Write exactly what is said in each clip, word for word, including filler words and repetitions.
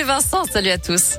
Vincent, salut à tous.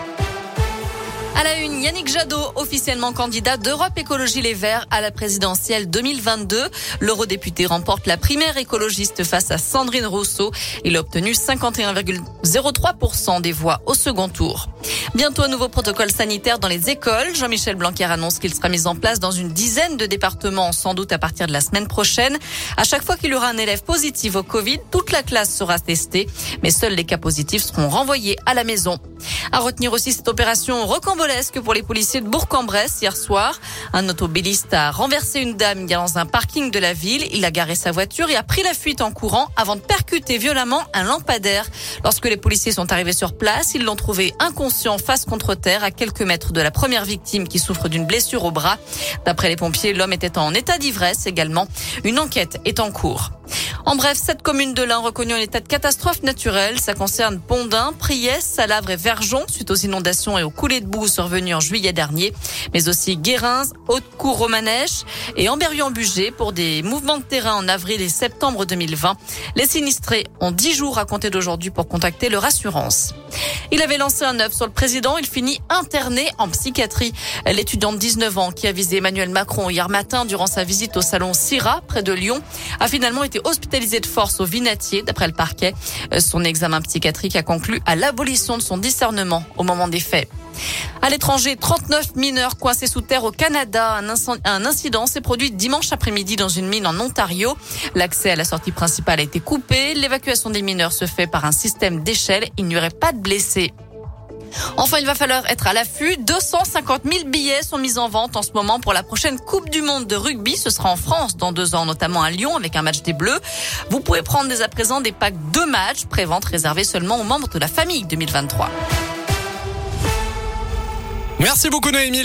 À la une, Yannick Jadot, officiellement candidat d'Europe Écologie Les Verts à la présidentielle deux mille vingt-deux. L'eurodéputé remporte la primaire écologiste face à Sandrine Rousseau. Il a obtenu cinquante et un virgule zéro trois pour cent des voix au second tour. Bientôt un nouveau protocole sanitaire dans les écoles. Jean-Michel Blanquer annonce qu'il sera mis en place dans une dizaine de départements, sans doute à partir de la semaine prochaine. À chaque fois qu'il y aura un élève positif au Covid, toute la classe sera testée, mais seuls les cas positifs seront renvoyés à la maison. À retenir aussi cette opération rocambolesque pour les policiers de Bourg-en-Bresse hier soir. Un automobiliste a renversé une dame dans un parking de la ville. Il a garé sa voiture et a pris la fuite en courant avant de percuter violemment un lampadaire. Lorsque les policiers sont arrivés sur place, ils l'ont trouvé inconscient face contre terre à quelques mètres de la première victime qui souffre d'une blessure au bras. D'après les pompiers, l'homme était en état d'ivresse également. Une enquête est en cours. En bref, sept communes de l'Ain reconnues en état de catastrophe naturelle. Ça concerne Pondin, Priès, Salavre et Verjon, suite aux inondations et aux coulées de boue survenues en juillet dernier. Mais aussi Guérins, Haute-Cour-Romanèche et Amberieu-en-Bugey pour des mouvements de terrain en avril et septembre deux mille vingt. Les sinistrés ont dix jours à compter d'aujourd'hui pour contacter leur assurance. Il avait lancé un œuf sur le président. Il finit interné en psychiatrie. L'étudiant de dix-neuf ans qui a visé Emmanuel Macron hier matin durant sa visite au salon Sira, près de Lyon, a finalement été hospitalisé de force au Vinatier, d'après le parquet. Son examen psychiatrique a conclu à l'abolition de son discernement au moment des faits. À l'étranger, trente-neuf mineurs coincés sous terre au Canada. Un, incend- un incident s'est produit dimanche après-midi dans une mine en Ontario. L'accès à la sortie principale a été coupé. L'évacuation des mineurs se fait par un système d'échelle. Il n'y aurait pas de blessés. Enfin, il va falloir être à l'affût. deux cent cinquante mille billets sont mis en vente en ce moment pour la prochaine Coupe du Monde de rugby. Ce sera en France dans deux ans, notamment à Lyon avec un match des Bleus. Vous pouvez prendre dès à présent des packs de matchs. Prévente réservée seulement aux membres de la famille deux mille vingt-trois. Merci beaucoup Noémie.